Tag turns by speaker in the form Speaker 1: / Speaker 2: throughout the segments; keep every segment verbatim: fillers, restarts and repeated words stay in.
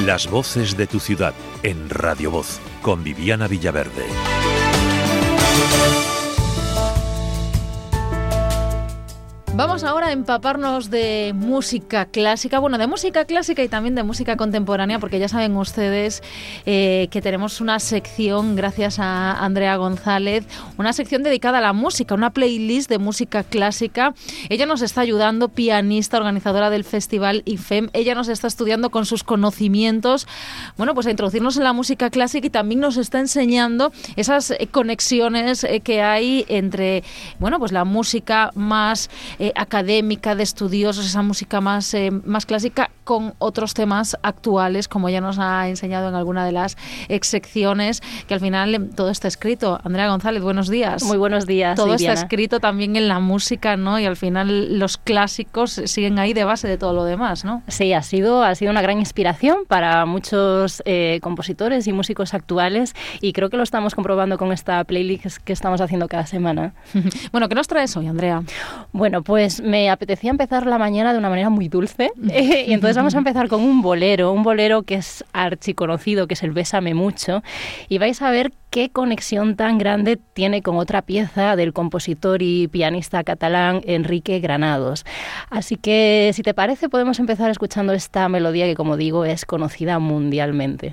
Speaker 1: Las voces de tu ciudad en Radio Voz con Viviana Villaverde.
Speaker 2: Vamos ahora a empaparnos de música clásica, bueno, de música clásica y también de música contemporánea, porque ya saben ustedes eh, que tenemos una sección, gracias a Andrea González, una sección dedicada a la música, una playlist de música clásica. Ella nos está ayudando, pianista, organizadora del Festival I F E M. Ella nos está estudiando con sus conocimientos, bueno, pues a introducirnos en la música clásica y también nos está enseñando esas conexiones que hay entre, bueno, pues la música más Eh, académica, de estudiosos, esa música más, eh, más clásica, con otros temas actuales, como ya nos ha enseñado en alguna de las exsecciones, que al final eh, todo está escrito. Andrea González, buenos días.
Speaker 3: Muy buenos días.
Speaker 2: Todo
Speaker 3: Viviana.
Speaker 2: está escrito también en la música, ¿no? Y al final los clásicos siguen ahí de base de todo lo demás, ¿no?
Speaker 3: Sí, ha sido, ha sido una gran inspiración para muchos eh, compositores y músicos actuales, y creo que lo estamos comprobando con esta playlist que estamos haciendo cada semana.
Speaker 2: Bueno, ¿qué nos traes hoy, Andrea?
Speaker 3: Bueno, pues me apetecía empezar la mañana de una manera muy dulce eh, y entonces vamos a empezar con un bolero, un bolero que es archiconocido, que es el Bésame Mucho, y vais a ver qué conexión tan grande tiene con otra pieza del compositor y pianista catalán Enrique Granados. Así que, si te parece, podemos empezar escuchando esta melodía que, como digo, es conocida mundialmente.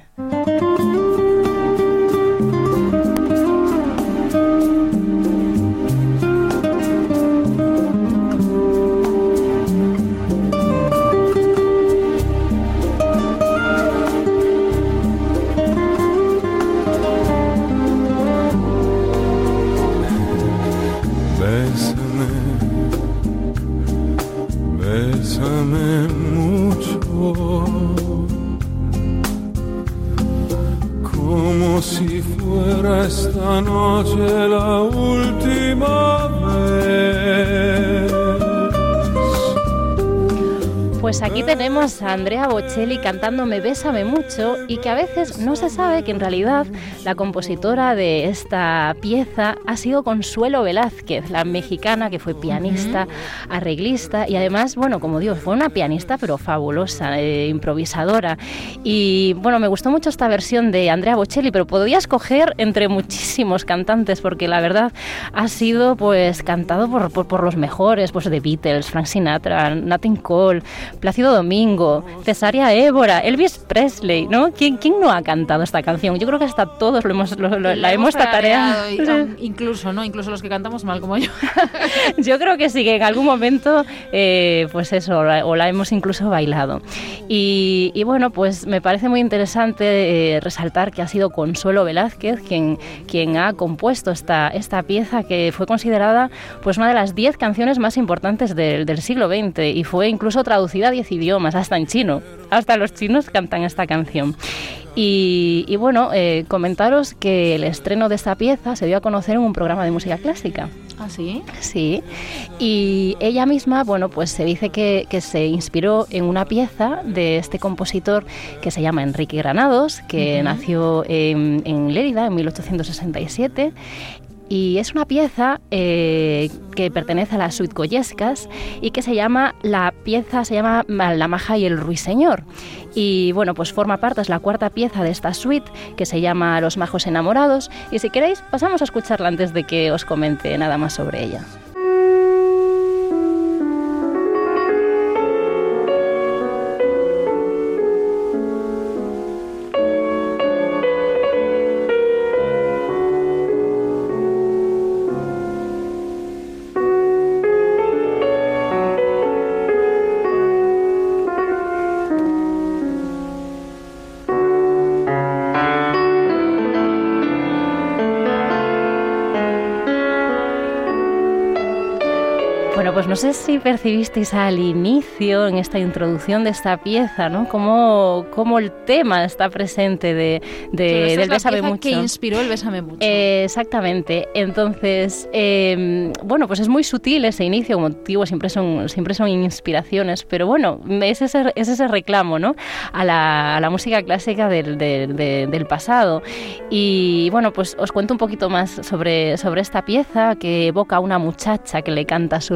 Speaker 4: Bésame mucho, como si fuera esta noche la última vez.
Speaker 3: Pues aquí tenemos a Andrea Bocelli cantándome Bésame Mucho, y que a veces no se sabe que en realidad la compositora de esta pieza ha sido Consuelo Velázquez, la mexicana que fue pianista, uh-huh. arreglista y además, bueno, como digo, fue una pianista pero fabulosa, eh, improvisadora. Y bueno, me gustó mucho esta versión de Andrea Bocelli, pero podía escoger entre muchísimos cantantes, porque la verdad ha sido pues cantado por, por, por los mejores, pues The Beatles, Frank Sinatra, Nat King Cole, Plácido Domingo, Cesárea Évora, Elvis Presley, ¿no? ¿Quién, quién no ha cantado esta canción? Yo creo que hasta todos lo hemos, lo, lo, la, la hemos tatareado.
Speaker 2: Y, um, incluso, ¿no? Incluso los que cantamos mal, como yo.
Speaker 3: Yo creo que sí, que en algún momento, eh, pues eso, la, o la hemos incluso bailado. Y, y bueno, pues me parece muy interesante eh, resaltar que ha sido Consuelo Velázquez quien, quien ha compuesto esta, esta pieza, que fue considerada pues una de las diez canciones más importantes del, del siglo veinte, y fue incluso traducida a diez idiomas, hasta en chino. Hasta los chinos cantan esta canción. Y, y bueno, eh, comentaros que el estreno de esta pieza se dio a conocer en un programa de música clásica.
Speaker 2: ¿Ah, sí?
Speaker 3: Sí. Y ella misma, bueno, pues se dice que, que se inspiró en una pieza de este compositor que se llama Enrique Granados, que uh-huh. nació en, en Lérida en mil ochocientos sesenta y siete. Y es una pieza eh, que pertenece a las Suite-Goyescas y que se llama, la pieza se llama La Maja y el Ruiseñor. Y bueno, pues forma parte, es la cuarta pieza de esta suite, que se llama Los Majos Enamorados. Y si queréis, pasamos a escucharla antes de que os comente nada más sobre ella. Pues no sé si percibisteis al inicio, en esta introducción de esta pieza, ¿no? Cómo, cómo el tema está presente de, de,
Speaker 2: sí,
Speaker 3: del Bésame Mucho.
Speaker 2: Que inspiró el Bésame Mucho.
Speaker 3: Eh, exactamente. Entonces, eh, bueno, pues es muy sutil ese inicio, como digo, siempre son, siempre son inspiraciones, pero bueno, es ese, es ese reclamo, ¿no? A la, a la música clásica del, del, del, del pasado. Y bueno, pues os cuento un poquito más sobre, sobre esta pieza, que evoca a una muchacha que le canta a su ruiseñor.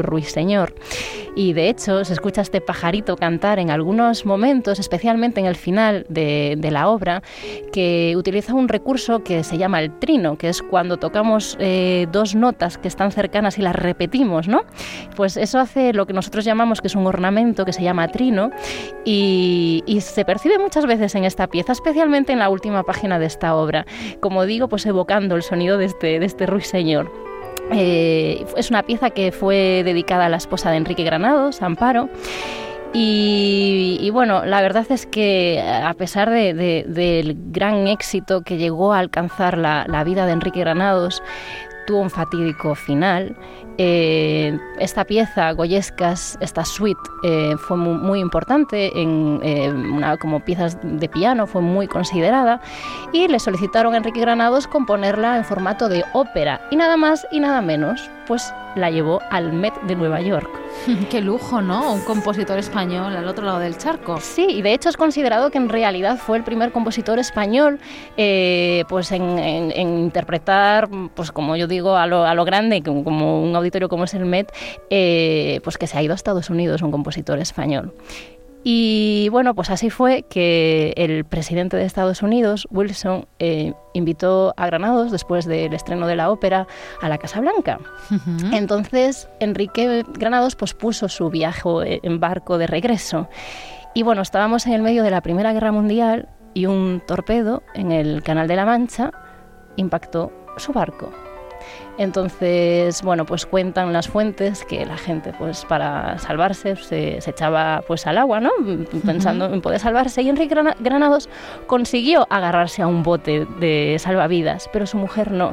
Speaker 3: Ruiseñor. Y de hecho se escucha este pajarito cantar en algunos momentos, especialmente en el final de, de la obra, que utiliza un recurso que se llama el trino, que es cuando tocamos eh, dos notas que están cercanas y las repetimos, ¿no? Pues eso hace lo que nosotros llamamos que es un ornamento que se llama trino y, y se percibe muchas veces en esta pieza, especialmente en la última página de esta obra, como digo, pues evocando el sonido de este, de este ruiseñor. Eh, es una pieza que fue dedicada a la esposa de Enrique Granados, Amparo. Y, y bueno, la verdad es que a pesar de, de, del gran éxito que llegó a alcanzar la, la vida de Enrique Granados, tuvo un fatídico final. Eh, esta pieza, Goyescas, esta suite, eh, fue muy, muy importante en, eh, una, como piezas de piano, fue muy considerada y le solicitaron a Enrique Granados componerla en formato de ópera y nada más y nada menos, pues la llevó al Met de Nueva York.
Speaker 2: Qué lujo, ¿no? Un compositor español al otro lado del charco.
Speaker 3: Sí, y de hecho es considerado que en realidad fue el primer compositor español eh, pues en, en, en interpretar, pues como yo digo, a lo, a lo grande, como, como un auditorio como es el Met, eh, pues que se ha ido a Estados Unidos, un compositor español. Y bueno, pues así fue que el presidente de Estados Unidos, Wilson, eh, invitó a Granados, después del estreno de la ópera, a la Casa Blanca. Uh-huh. Entonces, Enrique Granados pospuso su viaje en barco de regreso. Y bueno, estábamos en el medio de la Primera Guerra Mundial y un torpedo en el Canal de la Mancha impactó su barco. Entonces, bueno, pues cuentan las fuentes que la gente, pues para salvarse, se, se echaba pues al agua, ¿no? Pensando uh-huh. en poder salvarse. Y Enrique Granados consiguió agarrarse a un bote de salvavidas, pero su mujer no.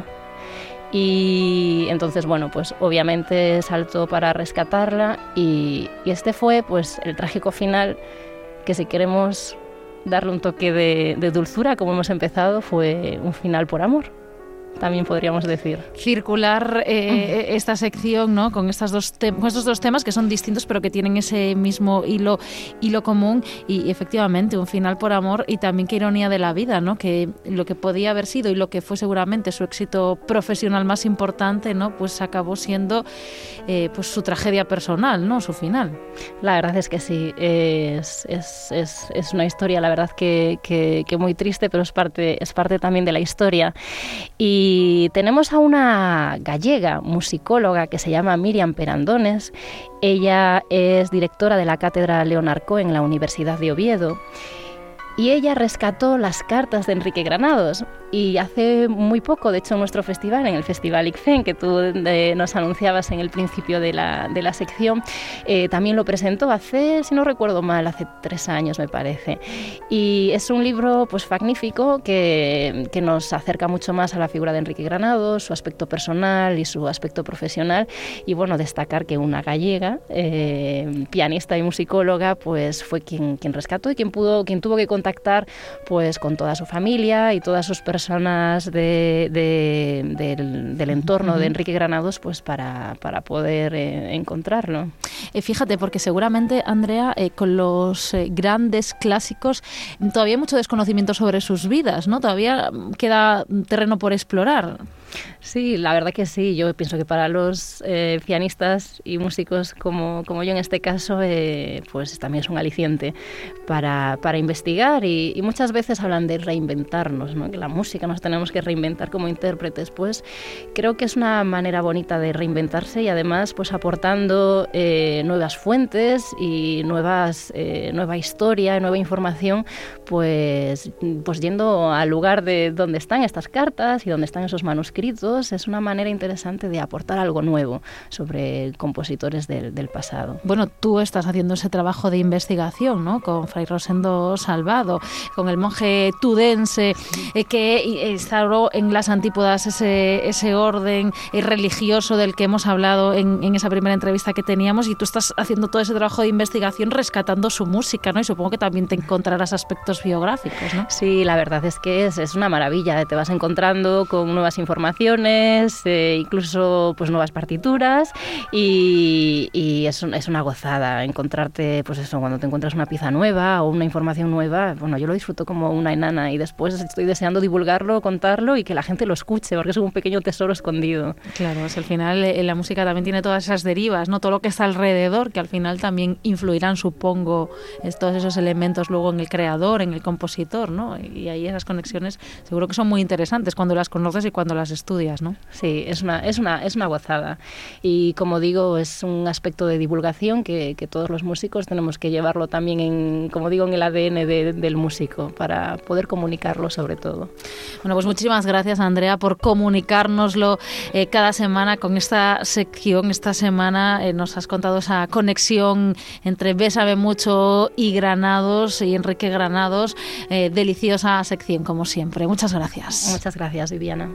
Speaker 3: Y entonces, bueno, pues obviamente saltó para rescatarla y, y este fue pues el trágico final que, si queremos darle un toque de, de dulzura, como hemos empezado, fue un final por amor. También podríamos decir.
Speaker 2: Circular eh, esta sección, ¿no? Con, estas dos te- con estos dos temas que son distintos pero que tienen ese mismo hilo, hilo común y efectivamente un final por amor y también qué ironía de la vida, ¿no? Que lo que podía haber sido y lo que fue seguramente su éxito profesional más importante, ¿no? Pues acabó siendo eh, pues su tragedia personal, ¿no? Su final.
Speaker 3: La verdad es que sí, es, es, es, es una historia, la verdad que, que, que muy triste, pero es parte, es parte también de la historia. Y Y tenemos a una gallega musicóloga que se llama Miriam Perandones. Ella es directora de la Cátedra Leonard Cohen en la Universidad de Oviedo. Y ella rescató las cartas de Enrique Granados. Y hace muy poco, de hecho, en nuestro festival, en el Festival I C F E N, que tú eh, nos anunciabas en el principio de la, de la sección, eh, también lo presentó hace, si no recuerdo mal, hace tres años, me parece. Y es un libro pues magnífico que, que nos acerca mucho más a la figura de Enrique Granados, su aspecto personal y su aspecto profesional. Y bueno, destacar que una gallega, eh, pianista y musicóloga, pues fue quien, quien rescató y quien, pudo, quien tuvo que contactar pues, con toda su familia y todas sus personas personas de, de, del, del entorno uh-huh. de Enrique Granados pues para, para poder eh, encontrarlo.
Speaker 2: Eh, fíjate, porque seguramente, Andrea, eh, con los eh, grandes clásicos todavía hay mucho desconocimiento sobre sus vidas, ¿no? Todavía queda terreno por explorar.
Speaker 3: Sí, la verdad que sí. Yo pienso que para los eh, pianistas y músicos como, como yo en este caso, eh, pues también es un aliciente para, para investigar y, y muchas veces hablan de reinventarnos, ¿no? Que la música nos tenemos que reinventar como intérpretes. Pues creo que es una manera bonita de reinventarse y además pues aportando eh, nuevas fuentes y nuevas, eh, nueva historia, nueva información, pues, pues yendo al lugar de donde están estas cartas y donde están esos manuscritos. Es una manera interesante de aportar algo nuevo sobre compositores del, del pasado.
Speaker 2: Bueno, tú estás haciendo ese trabajo de investigación, ¿no? Con Fray Rosendo Salvado, con el monje tudense eh, que instauró en las antípodas ese, ese orden eh, religioso del que hemos hablado en, en esa primera entrevista que teníamos, y tú estás haciendo todo ese trabajo de investigación rescatando su música, ¿no? Y supongo que también te encontrarás aspectos biográficos, ¿no?
Speaker 3: Sí, la verdad es que es, es una maravilla. Te vas encontrando con nuevas informaciones informaciones, eh, incluso pues nuevas partituras y, y es, es una gozada encontrarte, pues eso, cuando te encuentras una pieza nueva o una información nueva. Bueno, yo lo disfruto como una enana y después estoy deseando divulgarlo, contarlo y que la gente lo escuche, porque es un pequeño tesoro escondido.
Speaker 2: Claro, es al final eh, la música también tiene todas esas derivas, ¿no? Todo lo que está alrededor, que al final también influirán, supongo, es, todos esos elementos luego en el creador, en el compositor, ¿no? Y ahí esas conexiones seguro que son muy interesantes cuando las conoces y cuando las estudias, ¿no?
Speaker 3: Sí, es una, es una, es una gozada. Y como digo, es un aspecto de divulgación que, que todos los músicos tenemos que llevarlo también, en, como digo, en el A D N de, del músico, para poder comunicarlo sobre todo.
Speaker 2: Bueno, pues muchísimas gracias, Andrea, por comunicárnoslo eh, cada semana con esta sección. Esta semana eh, nos has contado esa conexión entre Bésame Mucho y Granados y Enrique Granados. Eh, deliciosa sección, como siempre. Muchas gracias.
Speaker 3: Muchas gracias, Viviana.